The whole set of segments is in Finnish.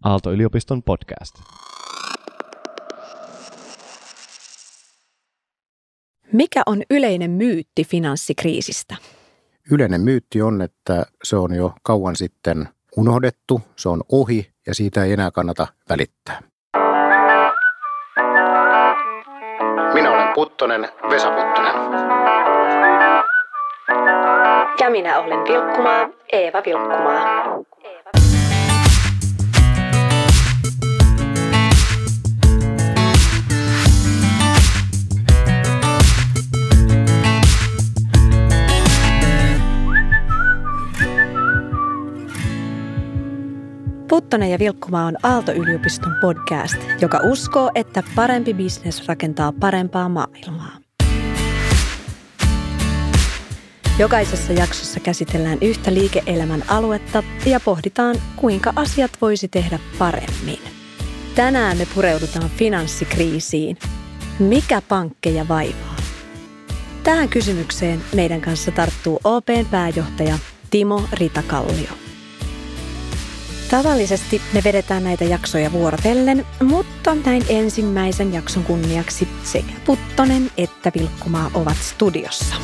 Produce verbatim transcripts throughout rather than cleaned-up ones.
Aalto-yliopiston podcast. Mikä on yleinen myytti finanssikriisistä? Yleinen myytti on, että se on jo kauan sitten unohdettu, se on ohi ja siitä ei enää kannata välittää. Minä olen Puttonen, Vesa Puttonen. Ja minä olen Vilkkumaa, Eeva Vilkkumaa. Puttonen ja Vilkkumaa on Aalto-yliopiston podcast, joka uskoo, että parempi bisnes rakentaa parempaa maailmaa. Jokaisessa jaksossa käsitellään yhtä liike-elämän aluetta ja pohditaan, kuinka asiat voisi tehdä paremmin. Tänään me pureudutaan finanssikriisiin. Mikä pankkeja vaivaa? Tähän kysymykseen meidän kanssa tarttuu O P:n pääjohtaja Timo Ritakallio. Tavallisesti me vedetään näitä jaksoja vuorotellen, mutta näin ensimmäisen jakson kunniaksi sekä Puttonen että Vilkkumaa ovat studiossa.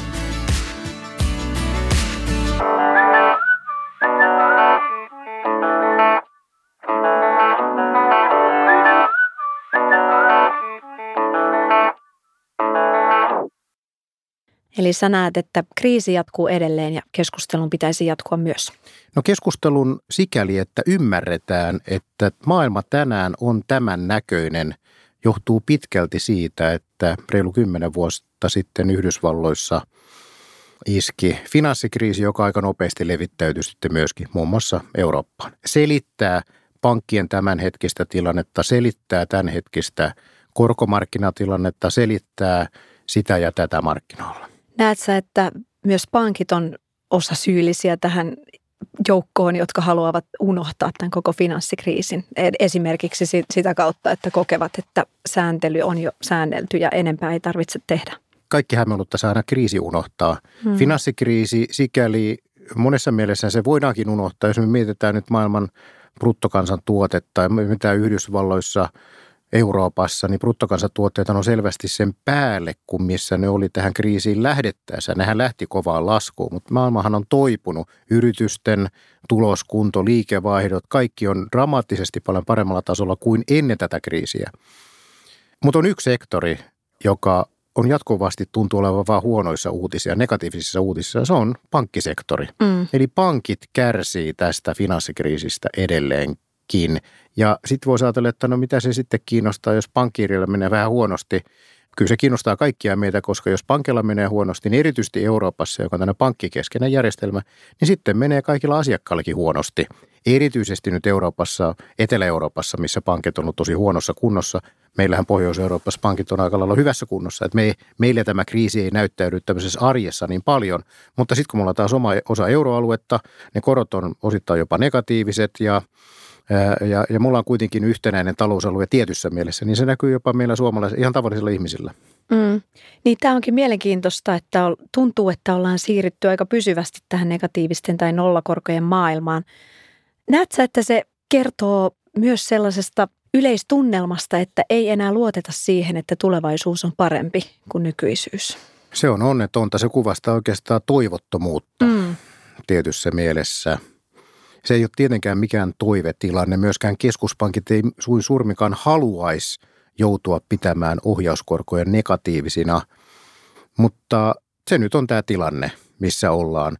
Eli sä näet, että kriisi jatkuu edelleen ja keskustelun pitäisi jatkua myös. No keskustelun sikäli, että ymmärretään, että maailma tänään on tämän näköinen, johtuu pitkälti siitä, että reilu kymmenen vuotta sitten Yhdysvalloissa iski finanssikriisi, joka aika nopeasti levittäytyi sitten myöskin muun muassa Eurooppaan. Selittää pankkien tämänhetkistä tilannetta, selittää tämänhetkistä korkomarkkinatilannetta, selittää sitä ja tätä markkinoilla. Näet sä, että myös pankit on osa syyllisiä tähän joukkoon, jotka haluavat unohtaa tämän koko finanssikriisin? Esimerkiksi sitä kautta, että kokevat, että sääntely on jo säännelty ja enempää ei tarvitse tehdä. Kaikki hämmennyttäisi aina kriisi unohtaa. Hmm. Finanssikriisi sikäli monessa mielessä se voidaankin unohtaa, jos me mietitään nyt maailman bruttokansantuotetta ja mitä Yhdysvalloissa Euroopassa, niin bruttokansantuotteet on selvästi sen päälle, kuin missä ne oli tähän kriisiin lähdettäessä. Nehän lähti kovaan laskuun, mutta maailmahan on toipunut. Yritysten tuloskunto, liikevaihdot, kaikki on dramaattisesti paljon paremmalla tasolla kuin ennen tätä kriisiä. Mutta on yksi sektori, joka on jatkuvasti tuntuu olevan vaan huonoissa uutisia, negatiivisissa uutisissa, se on pankkisektori. Mm. Eli pankit kärsii tästä finanssikriisistä edelleen. Ja sitten voisi ajatella, että no mitä se sitten kiinnostaa, jos pankkiirilla menee vähän huonosti. Kyllä se kiinnostaa kaikkia meitä, koska jos pankilla menee huonosti, niin erityisesti Euroopassa, joka on tämmöinen pankkikeskeinen järjestelmä, niin sitten menee kaikilla asiakkaillakin huonosti. Erityisesti nyt Euroopassa, Etelä-Euroopassa, missä pankit on ollut tosi huonossa kunnossa. Meillähän Pohjois-Euroopassa pankit on aika lailla hyvässä kunnossa. Että me, meille tämä kriisi ei näyttäydy tämmöisessä arjessa niin paljon. Mutta sitten kun me ollaan taas oma osa euroaluetta, ne korot on osittain jopa negatiiviset ja Ja, ja mulla on kuitenkin yhtenäinen talousalue tietyssä mielessä, niin se näkyy jopa meillä suomalaisilla, ihan tavallisilla ihmisillä. Mm. Niin tämä onkin mielenkiintoista, että tuntuu, että ollaan siirrytty aika pysyvästi tähän negatiivisten tai nollakorkojen maailmaan. Näetkö sä, että se kertoo myös sellaisesta yleistunnelmasta, että ei enää luoteta siihen, että tulevaisuus on parempi kuin nykyisyys? Se on onnetonta. Se kuvastaa oikeastaan toivottomuutta mm. tietyssä mielessä. Se ei ole tietenkään mikään toivetilanne. Myöskään keskuspankit ei suin surmikaan haluaisi joutua pitämään ohjauskorkoja negatiivisina, mutta se nyt on tämä tilanne, missä ollaan.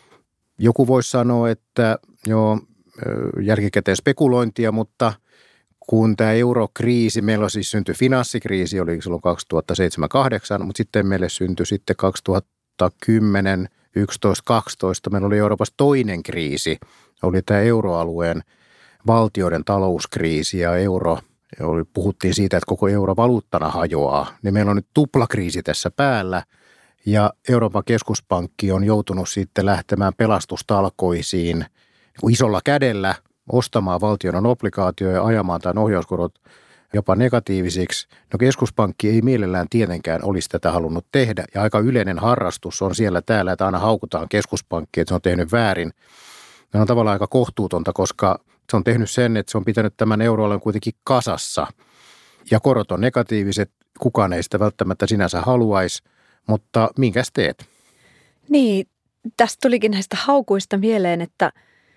Joku voisi sanoa, että joo, jälkikäteen spekulointia, mutta kun tämä eurokriisi, meillä siis syntyi finanssikriisi, oli silloin kaksituhattaseitsemän kahdeksan, mutta sitten meille syntyi sitten kaksituhattakymmenen yksitoista kaksitoista, meillä oli Euroopassa toinen kriisi, oli tämä euroalueen valtioiden talouskriisi ja euro, oli, puhuttiin siitä, että koko euro valuuttana hajoaa, niin meillä on nyt tuplakriisi tässä päällä ja Euroopan keskuspankki on joutunut sitten lähtemään pelastustalkoisiin isolla kädellä ostamaan valtion obligaatioja ja ajamaan tämän ohjauskorot jopa negatiivisiksi. No keskuspankki ei mielellään tietenkään olisi tätä halunnut tehdä ja aika yleinen harrastus on siellä täällä, että aina haukutaan keskuspankkia, että se on tehnyt väärin. Ne on tavallaan aika kohtuutonta, koska se on tehnyt sen, että se on pitänyt tämän euroalueen kuitenkin kasassa. Ja korot on negatiiviset, kukaan ei sitä välttämättä sinänsä haluaisi, mutta minkäs teet? Niin, tästä tulikin näistä haukuista mieleen, että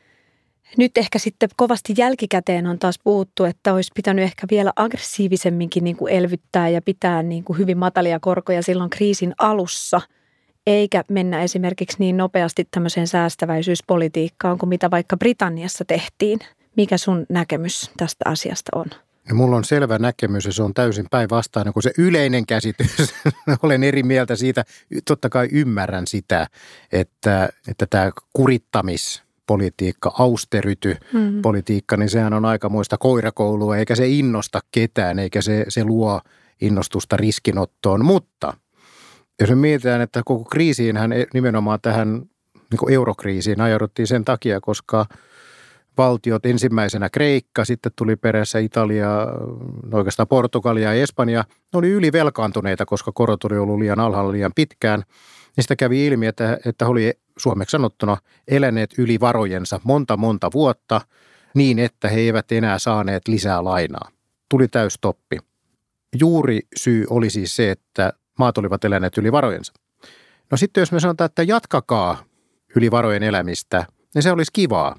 nyt ehkä sitten kovasti jälkikäteen on taas puhuttu, että olisi pitänyt ehkä vielä aggressiivisemminkin niin kuin elvyttää ja pitää niin kuin hyvin matalia korkoja silloin kriisin alussa, eikä mennä esimerkiksi niin nopeasti tämmöiseen säästäväisyyspolitiikkaan kuin mitä vaikka Britanniassa tehtiin. Mikä sun näkemys tästä asiasta on? No, mulla on selvä näkemys ja se on täysin päinvastainen kuin se yleinen käsitys. Olen eri mieltä siitä. Totta kai ymmärrän sitä, että, että tämä kurittamispolitiikka, austerity-politiikka, niin sehän on aikamoista koirakoulua, eikä se innosta ketään, eikä se, se luo innostusta riskinottoon. Mutta jos me mietitään, että koko kriisiinhän nimenomaan tähän niin kuin eurokriisiin ajauduttiin sen takia, koska valtiot, ensimmäisenä Kreikka, sitten tuli perässä Italia, oikeastaan Portugalia ja Espanja, ne oli ylivelkaantuneita, koska korot oli ollut liian alhaalla liian pitkään. Niistä kävi ilmi, että, että he oli suomeksi sanottuna eläneet yli varojensa monta monta vuotta niin, että he eivät enää saaneet lisää lainaa. Tuli täystoppi. Juuri syy oli siis se, että maat olivat eläneet yli varojensa. No sitten jos me sanotaan, että jatkakaa yli varojen elämistä, niin se olisi kivaa.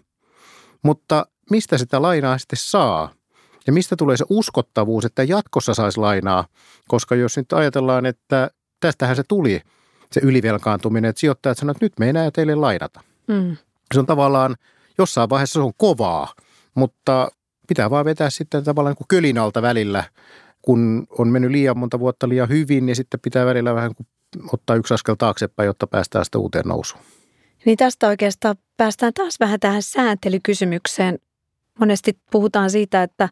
Mutta mistä sitä lainaa sitten saa? Ja mistä tulee se uskottavuus, että jatkossa saisi lainaa? Koska jos nyt ajatellaan, että tästähän se tuli, se ylivelkaantuminen, että sijoittajat sanoo, että nyt me ei enää teille lainata. Mm. Se on tavallaan, jossain vaiheessa se on kovaa, mutta pitää vaan vetää sitten tavallaan kuin kölin alta välillä, kun on mennyt liian monta vuotta liian hyvin, niin sitten pitää välillä vähän ottaa yksi askel taaksepäin, jotta päästään sitä uuteen nousuun. Niin tästä oikeastaan päästään taas vähän tähän sääntelykysymykseen. Monesti puhutaan siitä, että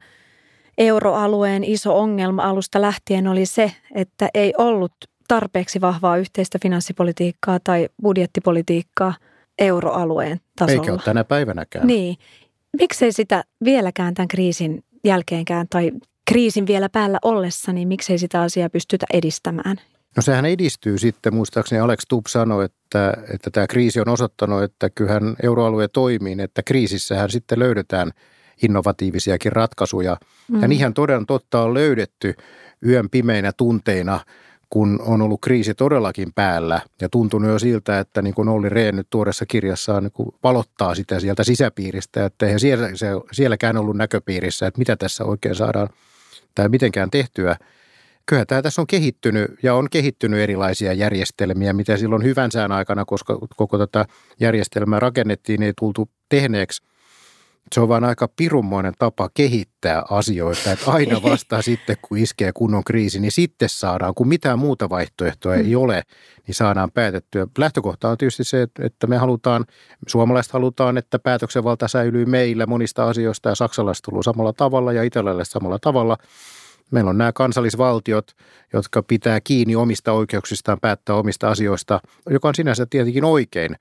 euroalueen iso ongelma alusta lähtien oli se, että ei ollut tarpeeksi vahvaa yhteistä finanssipolitiikkaa tai budjettipolitiikkaa euroalueen tasolla. Eikä ole tänä päivänäkään. Niin. Miksei sitä vieläkään tämän kriisin jälkeenkään tai kriisin vielä päällä ollessa, niin miksei sitä asiaa pystytä edistämään? No sehän edistyy sitten, muistaakseni Alex Stubb sanoi, että, että tämä kriisi on osoittanut, että kyllähän euroalue toimii, että kriisissähän sitten löydetään innovatiivisiakin ratkaisuja. Mm. Ja niinhän toden totta on löydetty yön pimeinä tunteina, kun on ollut kriisi todellakin päällä ja tuntunut jo siltä, että niin kuin Olli Rehn nyt tuoreessa kirjassaan niin kuin valottaa sitä sieltä sisäpiiristä, että eihän siellä, se, sielläkään ollut näköpiirissä, että mitä tässä oikein saadaan tai mitenkään tehtyä. Kyllä tämä tässä on kehittynyt ja on kehittynyt erilaisia järjestelmiä, mitä silloin hyvän sään aikana, koska koko tätä järjestelmää rakennettiin, ei tultu tehneeksi. Se on vaan aika pirunmoinen tapa kehittää asioita, että aina vasta sitten, kun iskee kunnon kriisi, niin sitten saadaan, kun mitään muuta vaihtoehtoa ei ole, niin saadaan päätettyä. Lähtökohta on tietysti se, että me halutaan, suomalaiset halutaan, että päätöksenvalta säilyy meillä monista asioista ja saksalaiset tullut samalla tavalla ja italialaiset samalla tavalla. Meillä on nämä kansallisvaltiot, jotka pitää kiinni omista oikeuksistaan päättää omista asioista, joka on sinänsä tietenkin oikein,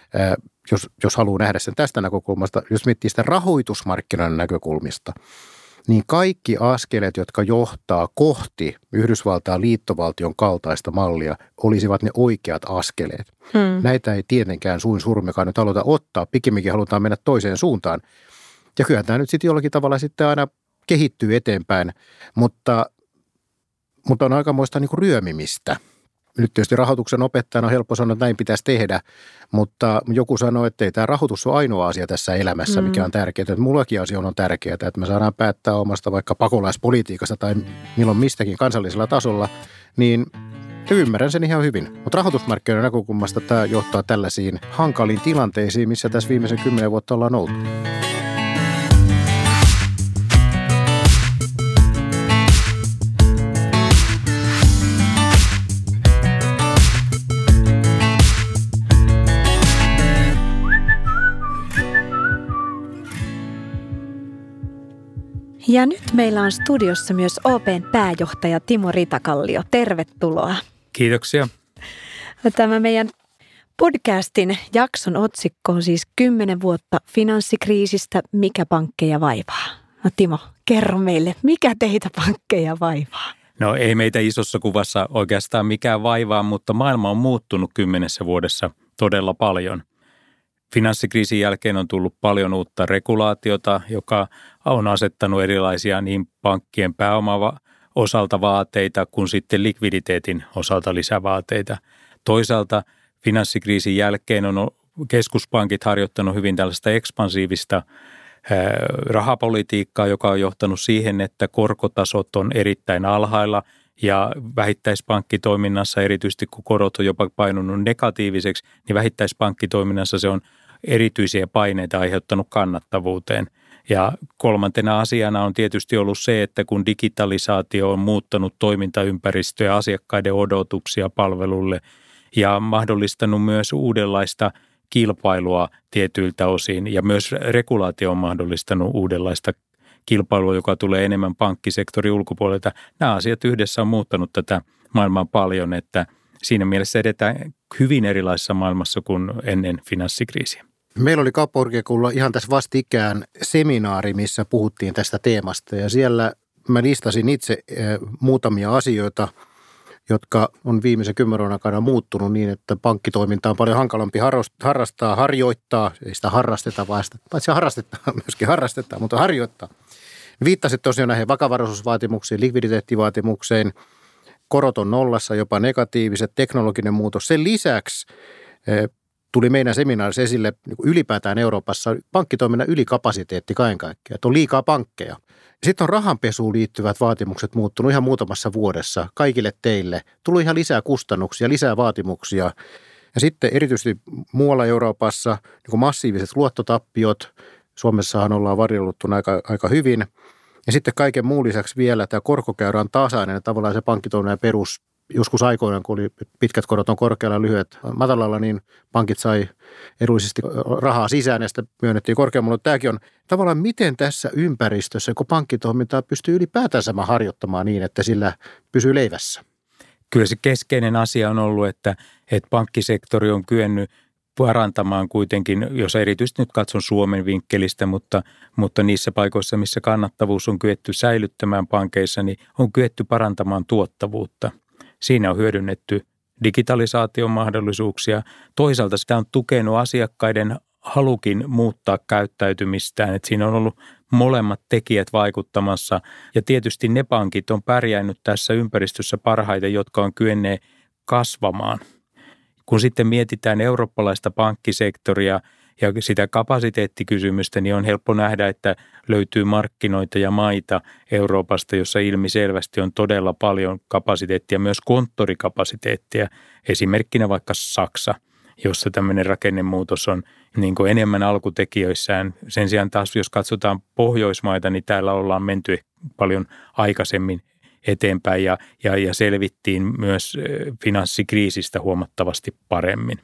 jos, jos haluaa nähdä sen tästä näkökulmasta. Jos miettii sitä rahoitusmarkkinoiden näkökulmista, niin kaikki askeleet, jotka johtaa kohti Yhdysvaltain liittovaltion kaltaista mallia, olisivat ne oikeat askeleet. Hmm. Näitä ei tietenkään suin surmekaan nyt haluta ottaa, pikemminkin halutaan mennä toiseen suuntaan. Ja kyllä tämä nyt sitten jollakin tavalla sitten aina kehittyy eteenpäin, mutta, mutta on aikamoista niin kuin ryömimistä. Nyt tietysti rahoituksen opettajana on helppo sanoa, että näin pitäisi tehdä, mutta joku sanoo, että ei tämä rahoitus ole ainoa asia tässä elämässä, mikä on tärkeää. Että mullakin asia on tärkeää, että me saadaan päättää omasta vaikka pakolaispolitiikasta tai milloin mistäkin kansallisella tasolla, niin ymmärrän sen ihan hyvin. Mutta rahoitusmarkkinoiden näkökulmasta tämä johtaa tällaisiin hankaliin tilanteisiin, missä tässä viimeisen kymmenen vuotta ollaan oltu. Ja nyt meillä on studiossa myös O P:n pääjohtaja Timo Ritakallio. Tervetuloa. Kiitoksia. Tämä meidän podcastin jakson otsikko on siis kymmenen vuotta finanssikriisistä, mikä pankkeja vaivaa. No Timo, kerro meille, mikä teitä pankkeja vaivaa? No ei meitä isossa kuvassa oikeastaan mikään vaivaa, mutta maailma on muuttunut kymmenessä vuodessa todella paljon. Finanssikriisin jälkeen on tullut paljon uutta regulaatiota, joka on asettanut erilaisia niin pankkien pääoma osalta vaateita kuin sitten likviditeetin osalta lisävaateita. Toisaalta finanssikriisin jälkeen on keskuspankit harjoittanut hyvin tällaista ekspansiivista rahapolitiikkaa, joka on johtanut siihen, että korkotasot on erittäin alhailla ja vähittäispankkitoiminnassa, erityisesti kun korot on jopa painunut negatiiviseksi, niin vähittäispankkitoiminnassa se on erityisiä paineita aiheuttanut kannattavuuteen. Ja kolmantena asiana on tietysti ollut se, että kun digitalisaatio on muuttanut toimintaympäristöä ja asiakkaiden odotuksia palvelulle ja mahdollistanut myös uudenlaista kilpailua tietyiltä osin ja myös regulaatio on mahdollistanut uudenlaista kilpailua, joka tulee enemmän pankkisektorin ulkopuolelta. Nämä asiat yhdessä on muuttanut tätä maailmaa paljon, että siinä mielessä edetään hyvin erilaisessa maailmassa kuin ennen finanssikriisiä. Meillä oli Kauppakorkeakoululla ihan tässä vastikään seminaari, missä puhuttiin tästä teemasta ja siellä mä listasin itse muutamia asioita, jotka on viimeisen kymmenen vuoden aikana muuttunut niin, että pankkitoiminta on paljon hankalampi harrastaa, harjoittaa, ei sitä harrasteta, vaan sitä, paitsi harrastetaan, myöskin harrastetaan, mutta harjoittaa. Viittasit tosiaan näihin vakavaraisuusvaatimuksiin, likviditeettivaatimukseen, korot on nollassa, jopa negatiiviset, teknologinen muutos. Sen lisäksi tuli meidän seminaarissa esille ylipäätään Euroopassa pankkitoiminnan ylikapasiteetti kaiken kaikkiaan, että on liikaa pankkeja. Sitten on rahanpesuun liittyvät vaatimukset muuttunut ihan muutamassa vuodessa kaikille teille. Tullut ihan lisää kustannuksia, lisää vaatimuksia. Ja sitten erityisesti muualla Euroopassa niin massiiviset luottotappiot. Suomessahan ollaan varjeluttu aika, aika hyvin. Ja sitten kaiken muun lisäksi vielä tämä korkokäyrä on tasainen ja tavallaan se pankkitoiminnan perus. Joskus aikoinaan, kun oli pitkät korot on korkealla, lyhyet matalalla, niin pankit sai edullisesti rahaa sisään ja sitä myönnettiin korkeammalla. Tämäkin on tavallaan, miten tässä ympäristössä, kun pankkitoimintaa pystyy ylipäätänsä harjoittamaan niin, että sillä pysyy leivässä? Kyllä se keskeinen asia on ollut, että, että pankkisektori on kyennyt parantamaan kuitenkin, jos erityisesti nyt katson Suomen vinkkelistä, mutta, mutta niissä paikoissa, missä kannattavuus on kyetty säilyttämään pankeissa, niin on kyetty parantamaan tuottavuutta. Siinä on hyödynnetty digitalisaation mahdollisuuksia. Toisaalta sitä on tukenut asiakkaiden halukin muuttaa käyttäytymistään, että siinä on ollut molemmat tekijät vaikuttamassa. Ja tietysti ne pankit on pärjännyt tässä ympäristössä parhaiten, jotka on kyenneet kasvamaan. Kun sitten mietitään eurooppalaista pankkisektoria ja sitä kapasiteettikysymystä, niin on helppo nähdä, että löytyy markkinoita ja maita Euroopasta, jossa ilmiselvästi on todella paljon kapasiteettia, myös konttorikapasiteettia. Esimerkkinä vaikka Saksa, jossa tämmöinen rakennemuutos on niin kuin enemmän alkutekijöissään. Sen sijaan taas, jos katsotaan Pohjoismaita, niin täällä ollaan menty paljon aikaisemmin eteenpäin ja, ja, ja selvittiin myös finanssikriisistä huomattavasti paremmin.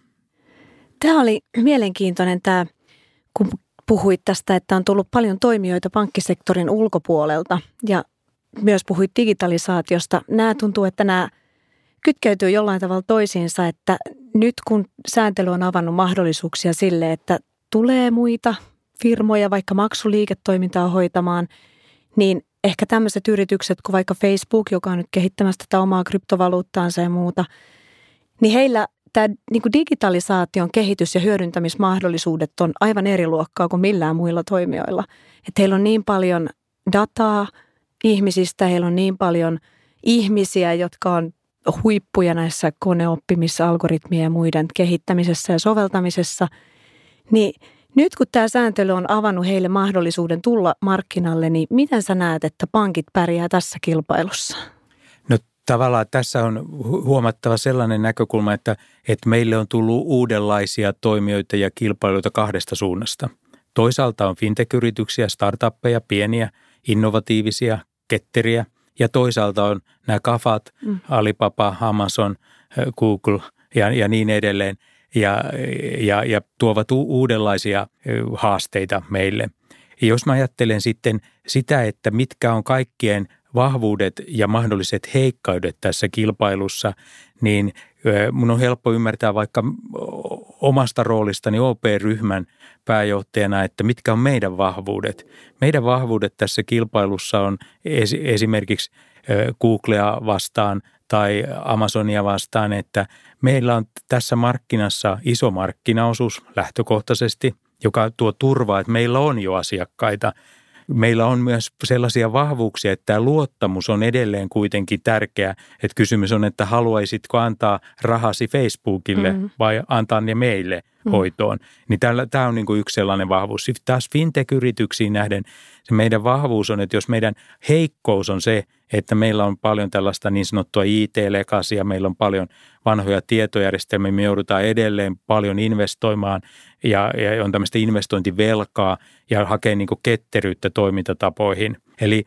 Tämä oli mielenkiintoinen tämä, kun puhuit tästä, että on tullut paljon toimijoita pankkisektorin ulkopuolelta ja myös puhuit digitalisaatiosta. Nämä tuntuu, että nämä kytkeytyy jollain tavalla toisiinsa, että nyt kun sääntely on avannut mahdollisuuksia sille, että tulee muita firmoja vaikka maksuliiketoimintaa hoitamaan, niin ehkä tämmöiset yritykset kuin vaikka Facebook, joka on nyt kehittämässä tätä omaa kryptovaluuttaansa ja muuta, niin heillä tämä niin kuin digitalisaation kehitys- ja hyödyntämismahdollisuudet on aivan eri luokkaa kuin millään muilla toimijoilla. Että heillä on niin paljon dataa ihmisistä, heillä on niin paljon ihmisiä, jotka on huippuja näissä koneoppimissa, algoritmien ja muiden kehittämisessä ja soveltamisessa. Niin nyt kun tämä sääntely on avannut heille mahdollisuuden tulla markkinalle, niin miten sä näet, että pankit pärjää tässä kilpailussa? No tavallaan tässä on huomattava sellainen näkökulma, että, että meille on tullut uudenlaisia toimijoita ja kilpailuita kahdesta suunnasta. Toisaalta on fintech-yrityksiä, startuppeja, pieniä, innovatiivisia, ketteriä ja toisaalta on nämä kafat, mm. Alibaba, Amazon, Google ja, ja niin edelleen ja, ja, ja tuovat u- uudenlaisia haasteita meille. Ja jos mä ajattelen sitten sitä, että mitkä on kaikkien vahvuudet ja mahdolliset heikkaudet tässä kilpailussa, niin mun on helppo ymmärtää vaikka omasta roolistani O P-ryhmän pääjohtajana, että mitkä on meidän vahvuudet. Meidän vahvuudet tässä kilpailussa on esimerkiksi Googlea vastaan tai Amazonia vastaan, että meillä on tässä markkinassa iso markkinaosuus lähtökohtaisesti, joka tuo turvaa, että meillä on jo asiakkaita. Meillä on myös sellaisia vahvuuksia, että tämä luottamus on edelleen kuitenkin tärkeä, että kysymys on, että haluaisitko antaa rahasi Facebookille mm. vai antaa ne meille mm. hoitoon. Niin tällä, tämä on niin kuin yksi sellainen vahvuus. Sitten taas fintech-yrityksiin nähden se meidän vahvuus on, että jos meidän heikkous on se, että meillä on paljon tällaista niin sanottua I T-lekasia, meillä on paljon vanhoja tietojärjestelmiä, me joudutaan edelleen paljon investoimaan ja, ja on tämmöistä investointivelkaa ja hakee niin kuin ketteryyttä toimintatapoihin. Eli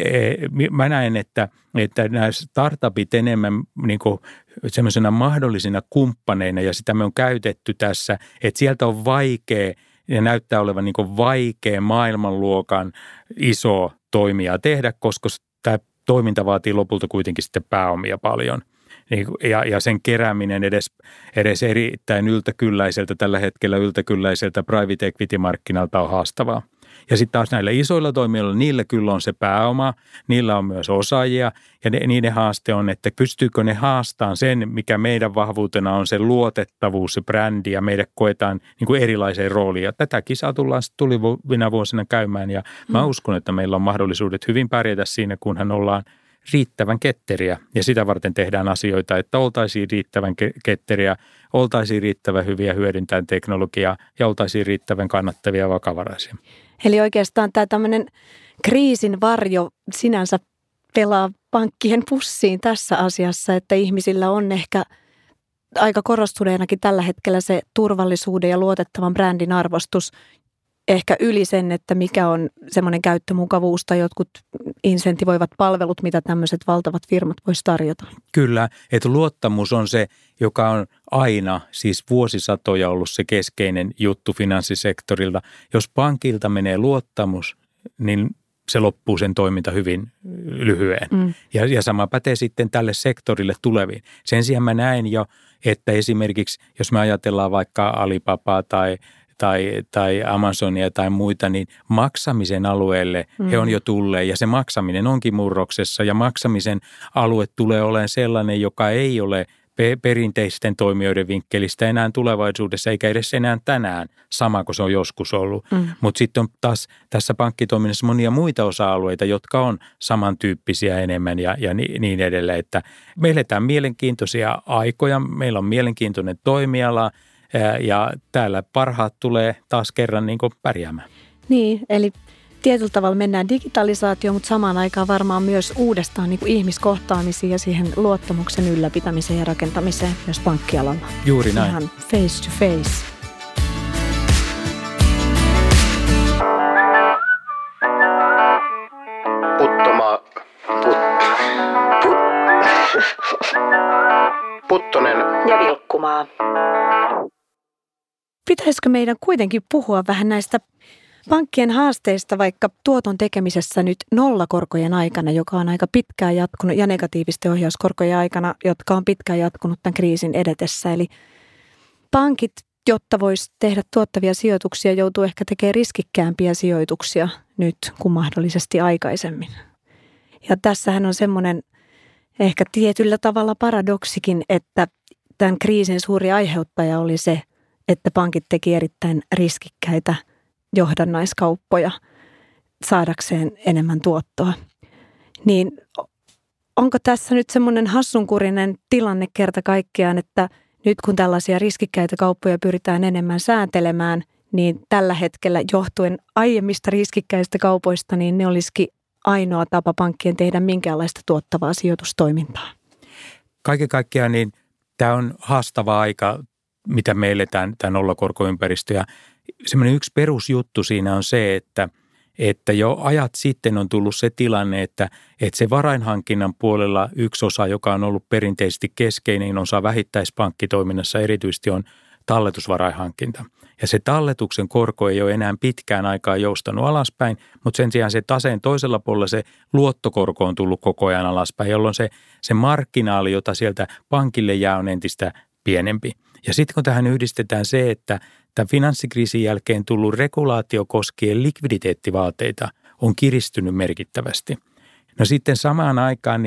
mä näen, että, että nämä startupit enemmän niin kuin semmoisena mahdollisina kumppaneina ja sitä me on käytetty tässä, että sieltä on vaikea ja näyttää olevan niin kuin vaikea maailmanluokan iso toimija tehdä, koska tämä toiminta vaatii lopulta kuitenkin sitten pääomia paljon. Ja, ja sen kerääminen edes, edes erittäin yltäkylläiseltä, tällä hetkellä yltäkylläiseltä private equity-markkinalta on haastavaa. Ja sitten taas näillä isoilla toimijoilla, niillä kyllä on se pääoma, niillä on myös osaajia ja ne, niiden haaste on, että pystyykö ne haastamaan sen, mikä meidän vahvuutena on se luotettavuus, se brändi ja meidät koetaan niin kuin erilaiseen rooliin. Ja tätä kisaa tullaan tulevina vuosina käymään ja mä uskon, että meillä on mahdollisuudet hyvin pärjätä siinä, kunhan ollaan riittävän ketteriä ja sitä varten tehdään asioita, että oltaisiin riittävän ketteriä, oltaisiin riittävän hyviä hyödyntäen teknologiaa ja oltaisiin riittävän kannattavia ja vakavaraisia. Eli oikeastaan tämä tämmöinen kriisin varjo sinänsä pelaa pankkien pussiin tässä asiassa, että ihmisillä on ehkä aika korostuneenakin tällä hetkellä se turvallisuuden ja luotettavan brändin arvostus ehkä yli sen, että mikä on semmoinen käyttömukavuus tai jotkut insentivoivat palvelut, mitä tämmöiset valtavat firmat voisi tarjota. Kyllä, että luottamus on se, joka on aina, siis vuosisatoja ollut se keskeinen juttu finanssisektorilta. Jos pankilta menee luottamus, niin se loppuu sen toiminta hyvin lyhyen. Mm. Ja, ja sama pätee sitten tälle sektorille tuleviin. Sen sijaan mä näen jo, että esimerkiksi jos me ajatellaan vaikka Alibabaa tai Tai, tai Amazonia tai muita, niin maksamisen alueelle mm. he on jo tulleet ja se maksaminen onkin murroksessa ja maksamisen alue tulee olemaan sellainen, joka ei ole pe- perinteisten toimijoiden vinkkelistä enää tulevaisuudessa eikä edes enää tänään sama kuin se on joskus ollut. Mm. Mutta sitten on taas tässä pankkitoiminnassa monia muita osa-alueita, jotka on samantyyppisiä enemmän ja, ja niin, niin edelleen, että me eletään mielenkiintoisia aikoja, meillä on mielenkiintoinen toimiala. Ja täällä parhaat tulee taas kerran niin kuin pärjäämään. Niin, eli tietyllä tavalla mennään digitalisaatioon, mutta samaan aikaan varmaan myös uudestaan niin kuin ihmiskohtaamisiin ja siihen luottamuksen ylläpitämiseen ja rakentamiseen myös pankkialalla. Juuri näin. Ihan face to face. Puttoma... Put, put, Puttonen. Ja Vilkkumaa. Pitäisikö meidän kuitenkin puhua vähän näistä pankkien haasteista vaikka tuoton tekemisessä nyt nollakorkojen aikana, joka on aika pitkään jatkunut, ja negatiivisten ohjauskorkojen aikana, jotka on pitkään jatkunut tämän kriisin edetessä. Eli pankit, jotta voisi tehdä tuottavia sijoituksia, joutuu ehkä tekemään riskikkäämpiä sijoituksia nyt kuin mahdollisesti aikaisemmin. Ja tässähän on semmoinen ehkä tietyllä tavalla paradoksikin, että tämän kriisin suuri aiheuttaja oli se, että pankit teki erittäin riskikkäitä johdannaiskauppoja saadakseen enemmän tuottoa. Niin onko tässä nyt semmoinen hassunkurinen tilanne kerta kaikkiaan, että nyt kun tällaisia riskikkäitä kauppoja pyritään enemmän sääntelemään, niin tällä hetkellä johtuen aiemmista riskikkäistä kaupoista, niin ne olisikin ainoa tapa pankkien tehdä minkäänlaista tuottavaa sijoitustoimintaa? Kaiken kaikkiaan niin tämä on haastava aika, mitä me eletään, tämä nollakorkoympäristö. Ja semmoinen yksi perusjuttu siinä on se, että, että jo ajat sitten on tullut se tilanne, että, että se varainhankinnan puolella yksi osa, joka on ollut perinteisesti keskeinen osa vähittäispankkitoiminnassa erityisesti on talletusvarainhankinta. Ja se talletuksen korko ei ole enää pitkään aikaa joustanut alaspäin, mutta sen sijaan se taseen toisella puolella se luottokorko on tullut koko ajan alaspäin, jolloin se, se markkinaali, jota sieltä pankille jää, on entistä pienempi. Ja sitten kun tähän yhdistetään se, että tämän finanssikriisin jälkeen tullut regulaatio koskien likviditeettivaateita on kiristynyt merkittävästi. No sitten samaan aikaan niin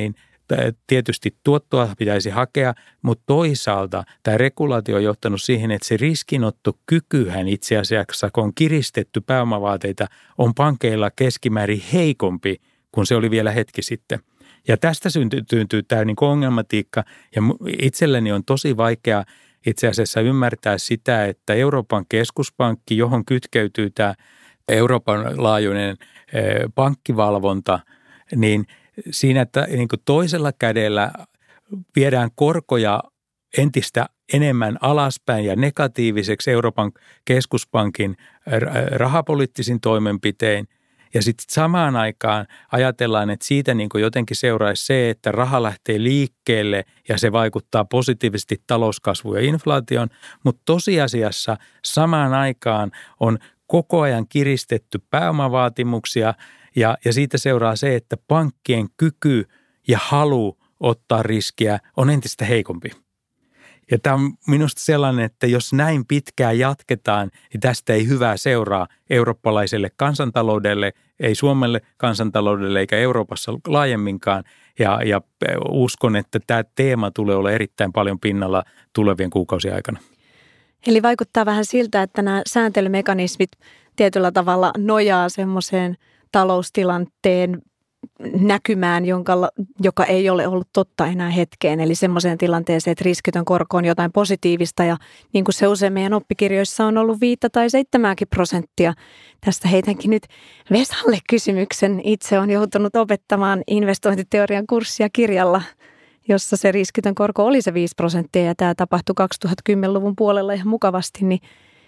tietysti tuottoa pitäisi hakea, mutta toisaalta tämä regulaatio on johtanut siihen, että se riskinottokykyhän itse asiassa, kun on kiristetty pääomavaateita, on pankeilla keskimäärin heikompi kuin se oli vielä hetki sitten. Ja tästä syntyy, syntyy tämä niin kuin ongelmatiikka ja itselleni on tosi vaikea itse asiassa ymmärtää sitä, että Euroopan keskuspankki, johon kytkeytyy tämä Euroopan laajuinen pankkivalvonta, niin siinä että niin kuin toisella kädellä viedään korkoja entistä enemmän alaspäin ja negatiiviseksi Euroopan keskuspankin rahapoliittisin toimenpitein. Ja sitten samaan aikaan ajatellaan, että siitä niin kuin jotenkin seuraisi se, että raha lähtee liikkeelle ja se vaikuttaa positiivisesti talouskasvuun ja inflaatioon. Mutta tosiasiassa samaan aikaan on koko ajan kiristetty pääomavaatimuksia ja, ja siitä seuraa se, että pankkien kyky ja halu ottaa riskiä on entistä heikompi. Ja tämä on minusta sellainen, että jos näin pitkään jatketaan, niin tästä ei hyvää seuraa eurooppalaiselle kansantaloudelle, ei Suomelle kansantaloudelle eikä Euroopassa laajemminkaan. Ja, ja uskon, että tämä teema tulee olla erittäin paljon pinnalla tulevien kuukausien aikana. Eli vaikuttaa vähän siltä, että nämä sääntelymekanismit tietyllä tavalla nojaa semmoiseen taloustilanteen näkymään, jonka, joka ei ole ollut totta enää hetkeen. Eli semmoiseen tilanteeseen, että riskitön korko on jotain positiivista ja niin kuin se usein meidän oppikirjoissa on ollut viittä tai seitsemääkin prosenttia. Tästä heitänkin nyt Vesalle kysymyksen. Itse on joutunut opettamaan investointiteorian kurssia kirjalla, jossa se riskitön korko oli se viisi prosenttia ja tämä tapahtui kaksituhattakymmenluvun puolella ihan mukavasti. Niin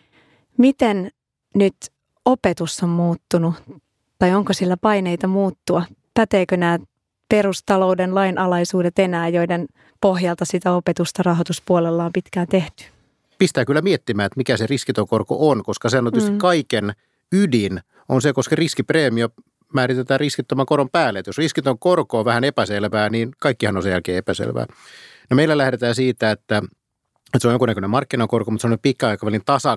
miten nyt opetus on muuttunut tai onko sillä paineita muuttua? Päteekö nämä perustalouden lainalaisuudet enää, joiden pohjalta sitä opetusta rahoituspuolella on pitkään tehty? Pistää kyllä miettimään, että mikä se riskitön korko on, koska se on tietysti mm. kaiken ydin on se, koska riskipreemio määritetään riskittömän koron päälle. Että jos riskitön korko on vähän epäselvää, niin kaikkihan on sen jälkeen epäselvää. No meillä lähdetään siitä, että, että se on jonkunnäköinen markkinakorko, mutta se on pitkäaikavälin tasa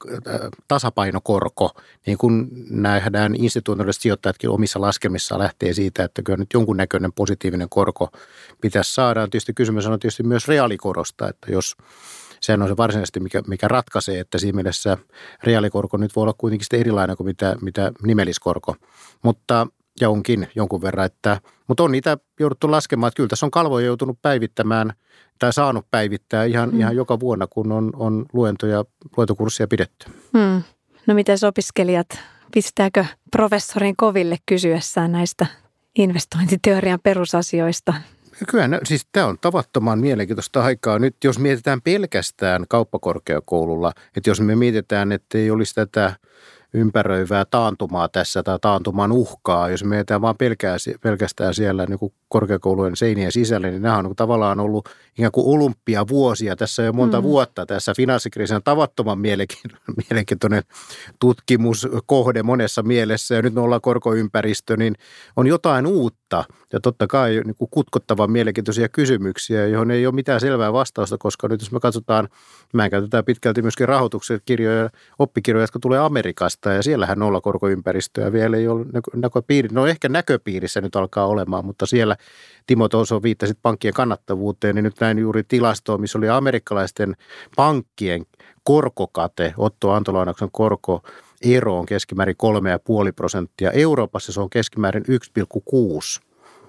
tasapainokorko, niin kuin nähdään instituutioiset sijoittajatkin omissa laskelmissaan lähtee siitä, että kyllä nyt jonkunnäköinen positiivinen korko pitäisi saada. Tietysti kysymys on tietysti myös reaalikorosta, että jos sehän on se varsinaisesti, mikä, mikä ratkaisee, että siinä mielessä reaalikorko nyt voi olla kuitenkin sitten erilainen kuin mitä, mitä nimelliskorko, mutta ja onkin jonkun verran, että, mutta on niitä jouduttu laskemaan, että kyllä tässä on kalvoja joutunut päivittämään tai saanut päivittää ihan, mm. ihan joka vuonna, kun on, on luentoja, luentokurssia pidetty. Mm. No miten opiskelijat, pistääkö professorin koville kysyessään näistä investointiteorian perusasioista? Kyllä, siis tämä on tavattoman mielenkiintoista aikaa. Nyt jos mietitään pelkästään kauppakorkeakoululla, että jos me mietitään, että ei olisi tätä ympäröivää taantumaa tässä tai taantuman uhkaa, jos me mietitään vaan pelkästään siellä niin kuin korkeakoulujen seinien sisällä, niin nämä on niin tavallaan ollut ikään kuin olympiavuosia. Tässä jo monta mm. vuotta tässä finanssikriisin on tavattoman mielenkiintoinen tutkimuskohde monessa mielessä. Ja nyt me ollaan korkoympäristö, niin on jotain uutta ja totta kai niin kuin kutkuttavan mielenkiintoisia kysymyksiä, johon ei ole mitään selvää vastausta, koska nyt jos me katsotaan, mä käytetään pitkälti myöskin rahoituksen kirjoja, oppikirjoja, jotka tulee Amerikasta ja siellähän nollakorkoympäristöä vielä ei ole näköpiiri. No ehkä näköpiirissä nyt alkaa olemaan, mutta siellä Timo Touso viittasit pankkien kannattavuuteen, niin nyt näin juuri tilastoa, missä oli amerikkalaisten pankkien korkokate, otto-antolainauksen korkoero on keskimäärin kolme pilkku viisi prosenttia. Euroopassa se on keskimäärin yksi pilkku kuusi.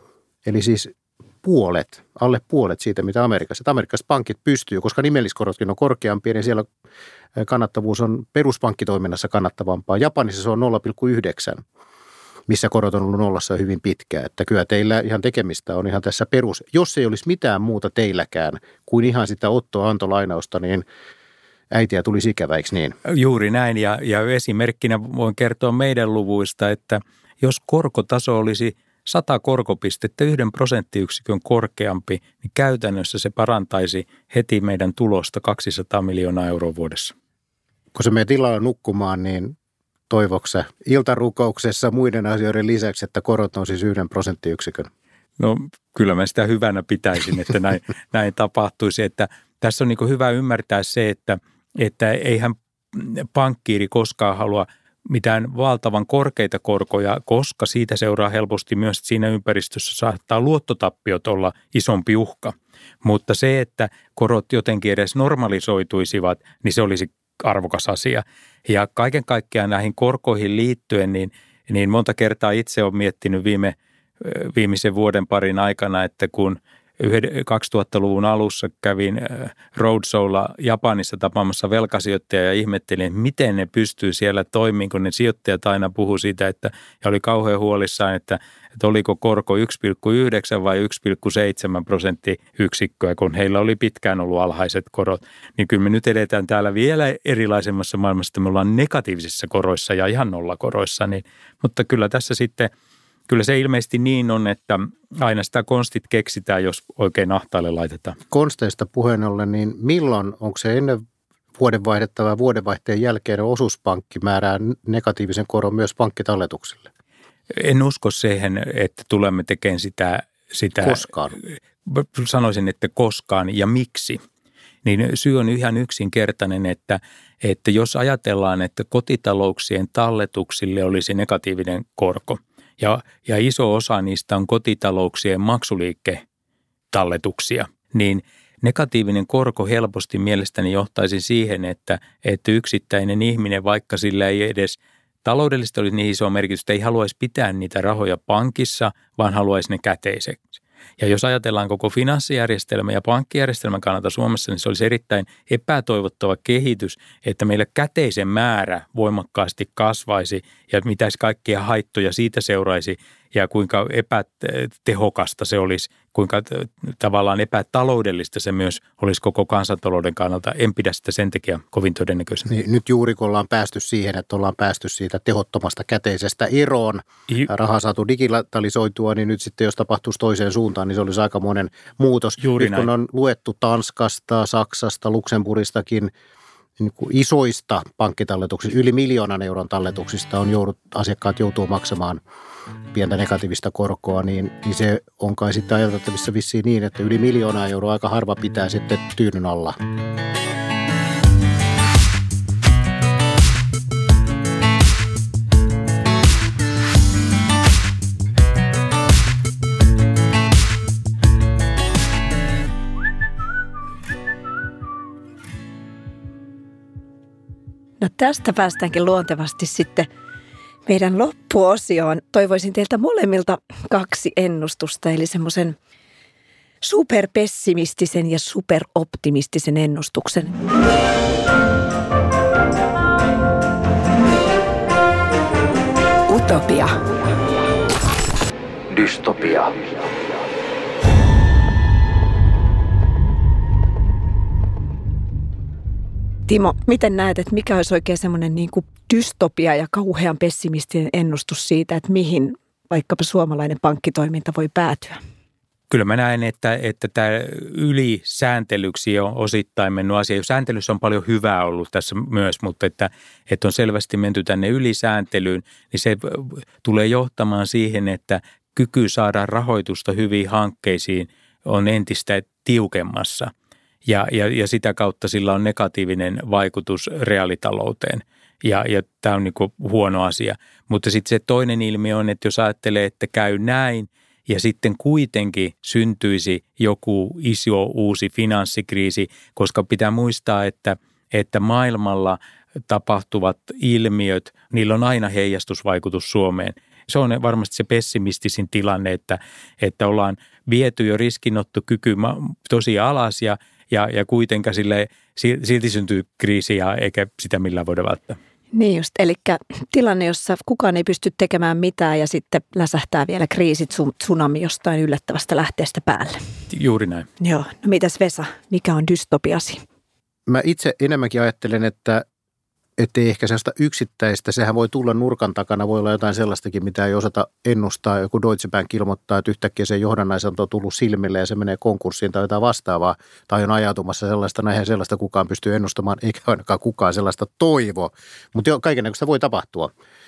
Eli siis puolet, alle puolet siitä, mitä Amerikassa. Amerikassa pankit pystyy, koska nimelliskorotkin on korkeampia, niin siellä kannattavuus on peruspankkitoiminnassa kannattavampaa. Japanissa se on nolla pilkku yhdeksän, missä korot on ollut nollassa hyvin pitkään. Että kyllä teillä ihan tekemistä on ihan tässä perus. Jos ei olisi mitään muuta teilläkään kuin ihan sitä otto-antolainausta, niin äitiä tulisi ikäväiksi niin. Juuri näin ja, ja esimerkkinä voin kertoa meidän luvuista, että jos korkotaso olisi sata korkopistettä yhden prosenttiyksikön korkeampi, niin käytännössä se parantaisi heti meidän tulosta kaksisataa miljoonaa euroa vuodessa. Kun se menee tilalla nukkumaan, niin toivoksä iltarukouksessa muiden asioiden lisäksi, että korot on siis yhden prosenttiyksikön? No kyllä mä sitä hyvänä pitäisin, että näin, näin tapahtuisi. Että tässä on niin kuin hyvä ymmärtää se, että, että eihän pankkiiri koskaan halua mitään valtavan korkeita korkoja, koska siitä seuraa helposti myös, että siinä ympäristössä saattaa luottotappiot olla isompi uhka. Mutta se, että korot jotenkin edes normalisoituisivat, niin se olisi arvokas asia. Ja kaiken kaikkiaan näihin korkoihin liittyen, niin, niin monta kertaa itse olen miettinyt viime, viimeisen vuoden parin aikana, että kun kaksituhattaluvun alussa kävin roadshowlla Japanissa tapaamassa velkasijoittajia ja ihmettelin, että miten ne pystyy siellä toimimaan, kun ne sijoittajat aina puhuu siitä, että ja oli kauhean huolissaan, että, että oliko korko yksi pilkku yhdeksän vai yksi pilkku seitsemän prosenttiyksikköä, kun heillä oli pitkään ollut alhaiset korot. Niin kyllä me nyt edetään täällä vielä erilaisemmassa maailmassa, että me ollaan negatiivisissa koroissa ja ihan nollakoroissa, niin, mutta kyllä tässä sitten Kyllä se ilmeisesti niin on, että aina sitä konstit keksitään, jos oikein ahtaalle laitetaan. Konsteista puheen ollen, niin milloin, onko se ennen vuodenvaihdetta vai vuodenvaihteen jälkeen osuuspankki määrää negatiivisen koron myös pankkitalletuksille? En usko siihen, että tulemme tekemään sitä. sitä koskaan? Sanoisin, että koskaan ja miksi. Niin syy on ihan yksinkertainen, että, että jos ajatellaan, että kotitalouksien talletuksille olisi negatiivinen korko, Ja, ja iso osa niistä on kotitalouksien maksuliikketalletuksia, niin negatiivinen korko helposti mielestäni johtaisi siihen, että, että yksittäinen ihminen, vaikka sillä ei edes taloudellisesti olisi niin iso merkitystä, ei haluaisi pitää niitä rahoja pankissa, vaan haluaisi ne käteiseksi. Ja jos ajatellaan koko finanssijärjestelmä ja pankkijärjestelmän kannalta Suomessa, niin se olisi erittäin epätoivottava kehitys, että meillä käteisen määrä voimakkaasti kasvaisi ja mitä kaikkia haittoja siitä seuraisi ja kuinka epätehokasta se olisi, kuinka tavallaan epätaloudellista se myös olisi koko kansantalouden kannalta. En pidä sitä sen takia kovin todennäköisenä. Niin, nyt juuri kun ollaan päästy siihen, että ollaan päästy siitä tehottomasta käteisestä eroon, I... rahaa saatu digitalisoitua, niin nyt sitten jos tapahtuisi toiseen suuntaan, niin se olisi aikamoinen muutos. Juuri nyt kun näin. on luettu Tanskasta, Saksasta, Luxemburgistakin, niin kuin isoista pankkitalletuksista, yli miljoonan euron talletuksista on joudut, asiakkaat joutuu maksamaan pientä negatiivista korkoa, niin, niin se on kai sitten ajateltavissa vissiin niin, että yli miljoonaa euroa aika harva pitää sitten tyynyn alla. No tästä päästäänkin luontevasti sitten meidän loppuosioon. Toivoisin teiltä molemmilta kaksi ennustusta, eli semmoisen superpessimistisen ja superoptimistisen ennustuksen. Utopia. Dystopia. Timo, miten näet, että mikä olisi oikein semmoinen niin kuin dystopia ja kauhean pessimistinen ennustus siitä, että mihin vaikkapa suomalainen pankkitoiminta voi päätyä? Kyllä mä näen, että, että tämä ylisääntelyksi on osittain mennyt asia. Sääntelyssä on paljon hyvää ollut tässä myös, mutta että, että on selvästi menty tänne ylisääntelyyn, niin se tulee johtamaan siihen, että kyky saada rahoitusta hyviin hankkeisiin on entistä tiukemmassa. Ja, ja, ja sitä kautta sillä on negatiivinen vaikutus reaalitalouteen. Ja, ja tämä on niin kuin huono asia. Mutta sitten se toinen ilmiö on, että jos ajattelee, että käy näin ja sitten kuitenkin syntyisi joku iso uusi finanssikriisi, koska pitää muistaa, että, että maailmalla tapahtuvat ilmiöt, niillä on aina heijastusvaikutus Suomeen. Se on varmasti se pessimistisin tilanne, että, että ollaan viety jo riskinottokyky tosi alas ja Ja, ja kuitenkaan sille, silti syntyy kriisiä eikä sitä millään voida välttää. Niin just, eli tilanne, jossa kukaan ei pysty tekemään mitään ja sitten läsähtää vielä kriisit, tsunami jostain yllättävästä lähteestä päälle. Juuri näin. Joo, no mitäs Vesa, mikä on dystopiasi? Mä itse enemmänkin ajattelen, että ettei ehkä sellaista yksittäistä, sehän voi tulla nurkan takana, voi olla jotain sellaistakin, mitä ei osata ennustaa. Joku Deutsche Bank ilmoittaa, että yhtäkkiä se johdannaisanto on tullut silmille ja se menee konkurssiin tai jotain vastaavaa. Tai on ajautumassa sellaista, näinhän sellaista kukaan pystyy ennustamaan, eikä ainakaan kukaan sellaista toivo. Mutta kaikennäköistä voi tapahtua.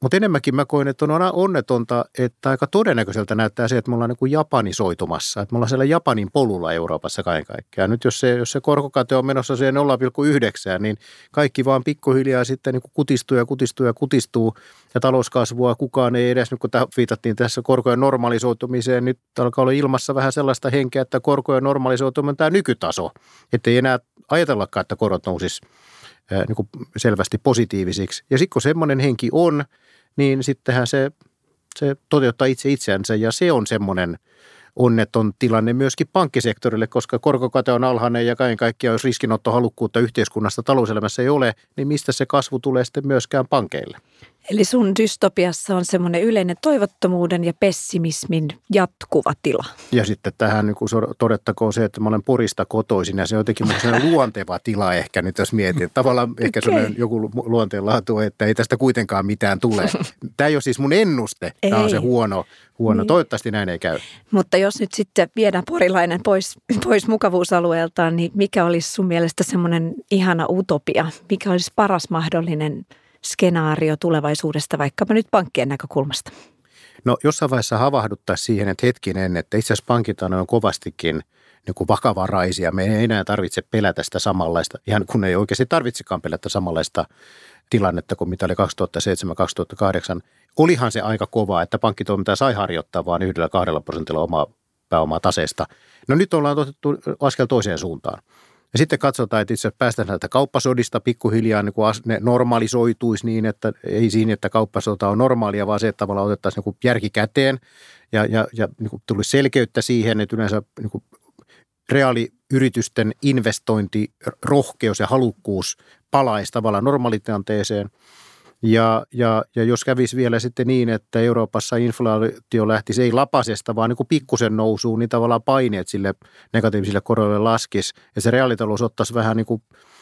Mutta enemmänkin mä koen, että on onnetonta, että aika todennäköiseltä näyttää se, että me ollaan niin kuin japanisoitumassa. Että me ollaan siellä Japanin polulla Euroopassa kaiken kaikkiaan. Nyt jos se, jos se korkokate on menossa siihen nolla pilkku yhdeksän, niin kaikki vaan pikkuhiljaa sitten niin kuin kutistuu ja kutistuu ja kutistuu. Ja talouskasvua kukaan ei edes, nyt kun viitattiin tässä korkojen normalisoitumiseen, nyt alkaa olla ilmassa vähän sellaista henkeä, että korkojen normalisoituminen on tämä nykytaso. Että ei enää ajatellakaan, että korot nousisi niin kuin selvästi positiivisiksi. Ja sitten kun semmoinen henki on, niin sittenhän se, se toteuttaa itse itseänsä ja se on semmoinen onneton tilanne myöskin pankkisektorille, koska korkokate on alhainen ja kaiken kaikkiaan, jos riskinottohalukkuutta yhteiskunnasta talouselämässä ei ole, niin mistä se kasvu tulee sitten myöskään pankeille? Eli sun dystopiassa on semmoinen yleinen toivottomuuden ja pessimismin jatkuva tila. Ja sitten tähän niin todettakoon se, että mä olen Porista kotoisin ja se on jotenkin sellainen luonteva tila ehkä nyt, jos mietin. Tavallaan okay. Ehkä sellainen joku luonteenlaatu, että ei tästä kuitenkaan mitään tule. Tämä ei ole siis mun ennuste, ei. Tämä on se huono. huono. Niin. Toivottavasti näin ei käy. Mutta jos nyt sitten viedään porilainen pois, pois mukavuusalueeltaan, niin mikä olisi sun mielestä semmoinen ihana utopia? Mikä olisi paras mahdollinen skenaario tulevaisuudesta, vaikkapa nyt pankkien näkökulmasta? No jossain vaiheessa havahduttaisiin siihen, että hetkinen, että itse asiassa pankit on kovastikin niin kuin vakavaraisia. Me ei enää tarvitse pelätä sitä samanlaista, ihan kun ei oikeasti tarvitsekaan pelätä samanlaista tilannetta kuin mitä oli kaksituhattaseitsemän kaksituhattakahdeksan. Olihan se aika kova, että pankkitoimintaa sai harjoittaa vain yhdellä kahdella prosentilla omaa pääomaa taseesta. No nyt ollaan otettu askel toiseen suuntaan. Ja sitten katsotaan, että itse asiassa päästään näitä kauppasodista pikkuhiljaa, niin kuin ne normalisoituisi niin, että ei siinä, että kauppasota on normaalia, vaan se, että tavallaan otettaisiin niin järki käteen ja, ja, ja niin kuin tulisi selkeyttä siihen, että yleensä niin kuin reaaliyritysten investointi, rohkeus ja halukkuus palaisi tavallaan normaalitilanteeseen. Ja, ja, ja jos kävisi vielä sitten niin, että Euroopassa inflaatio lähtisi ei lapasesta, vaan niin kuin pikkusen nousuun, niin tavallaan paineet sille negatiivisille koroille laskisi. Ja se reaalitalous ottaisi vähän niin kuin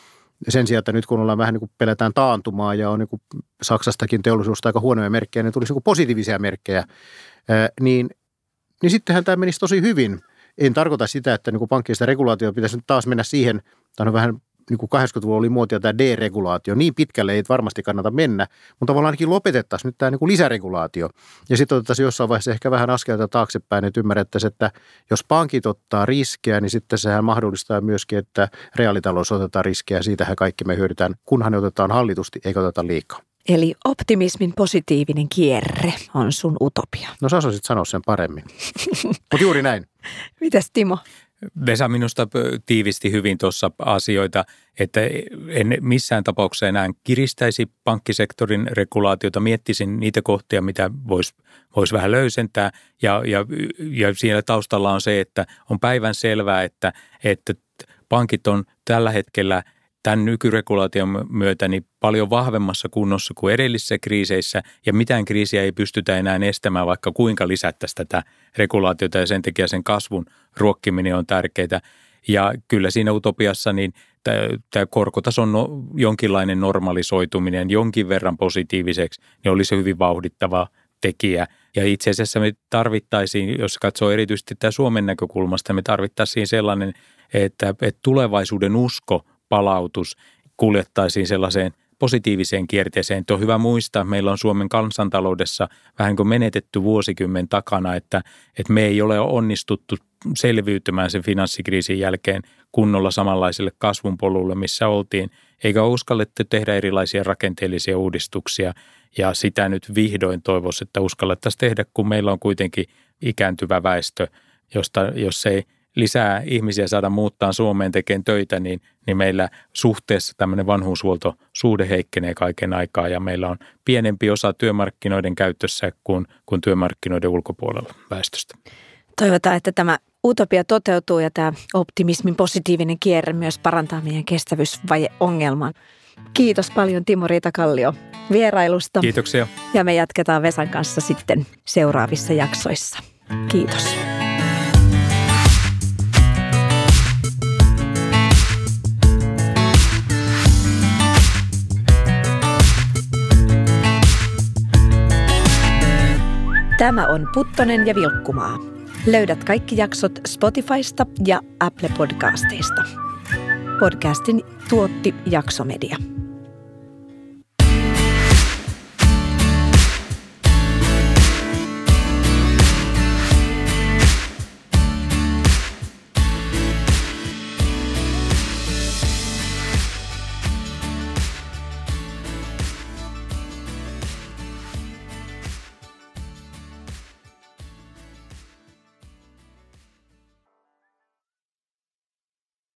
sen sijaan, että nyt kun ollaan vähän niin kuin pelätään taantumaa ja on niin kuin Saksastakin teollisuudesta aika huonoja merkkejä, niin tulisi niin kuin positiivisia merkkejä, ää, niin, niin sittenhän tämä menisi tosi hyvin. En tarkoita sitä, että niin kuin pankkista regulaatio pitäisi nyt taas mennä siihen, tämä on vähän niin kuin kahdeksankymmentäluvulla oli muotia tämä deregulaatio. Niin pitkälle ei varmasti kannata mennä, mutta tavallaan ainakin lopetettaisiin nyt tämä niin kuin lisäregulaatio. Ja sitten otettaisiin jossain vaiheessa ehkä vähän askelta taaksepäin, että ymmärrettäisiin, että jos pankit ottaa riskejä, niin sitten sehän mahdollistaa myöskin, että reaalitalous otetaan riskejä. Siitähän kaikki me hyödytään, kunhan ne otetaan hallitusti, eikä oteta liikaa. Eli optimismin positiivinen kierre on sun utopia. No sä osasit sanoa sen paremmin, mutta juuri näin. Mitäs Timo? Vesa minusta tiivisti hyvin tuossa asioita, että en missään tapauksessa enää kiristäisi pankkisektorin regulaatiota, miettisin niitä kohtia, mitä voisi vois vähän löysentää ja, ja, ja siellä taustalla on se, että on päivän selvää, että, että pankit on tällä hetkellä tämän nykyregulaation myötä niin paljon vahvemmassa kunnossa kuin edellisissä kriiseissä ja mitään kriisiä ei pystytä enää estämään, vaikka kuinka lisättäisiin tätä regulaatiota ja sen takia sen kasvun ruokkiminen on tärkeää. Ja kyllä siinä utopiassa niin tämä korkotason no, jonkinlainen normalisoituminen jonkin verran positiiviseksi niin olisi hyvin vauhdittava tekijä. Ja itse asiassa me tarvittaisiin, jos katsoo erityisesti tämä Suomen näkökulmasta, me tarvittaisiin sellainen, että, että tulevaisuuden usko palautus kuljettaisiin sellaiseen positiiviseen kierteeseen. Että on hyvä muistaa, että meillä on Suomen kansantaloudessa vähän kuin menetetty vuosikymmen takana, että, että me ei ole onnistuttu selviytymään sen finanssikriisin jälkeen kunnolla samanlaiselle kasvun polulle, missä oltiin, eikä uskallettu tehdä erilaisia rakenteellisia uudistuksia. Ja sitä nyt vihdoin toivoisi, että uskallettaisiin tehdä, kun meillä on kuitenkin ikääntyvä väestö, josta jos ei lisää ihmisiä saada muuttaa Suomeen tekemään töitä, niin, niin meillä suhteessa tämmöinen vanhuushuoltosuhde heikkenee kaiken aikaa ja meillä on pienempi osa työmarkkinoiden käytössä kuin, kuin työmarkkinoiden ulkopuolella väestöstä. Toivotaan, että tämä utopia toteutuu ja tämä optimismin positiivinen kierre myös parantaa meidän kestävyysvajeongelman. Kiitos paljon Timo Riitakallio vierailusta. Kiitoksia. Ja me jatketaan Vesan kanssa sitten seuraavissa jaksoissa. Kiitos. Tämä on Puttonen ja Vilkkumaa. Löydät kaikki jaksot Spotifysta ja Apple Podcasteista. Podcastin tuotti Jaksomedia.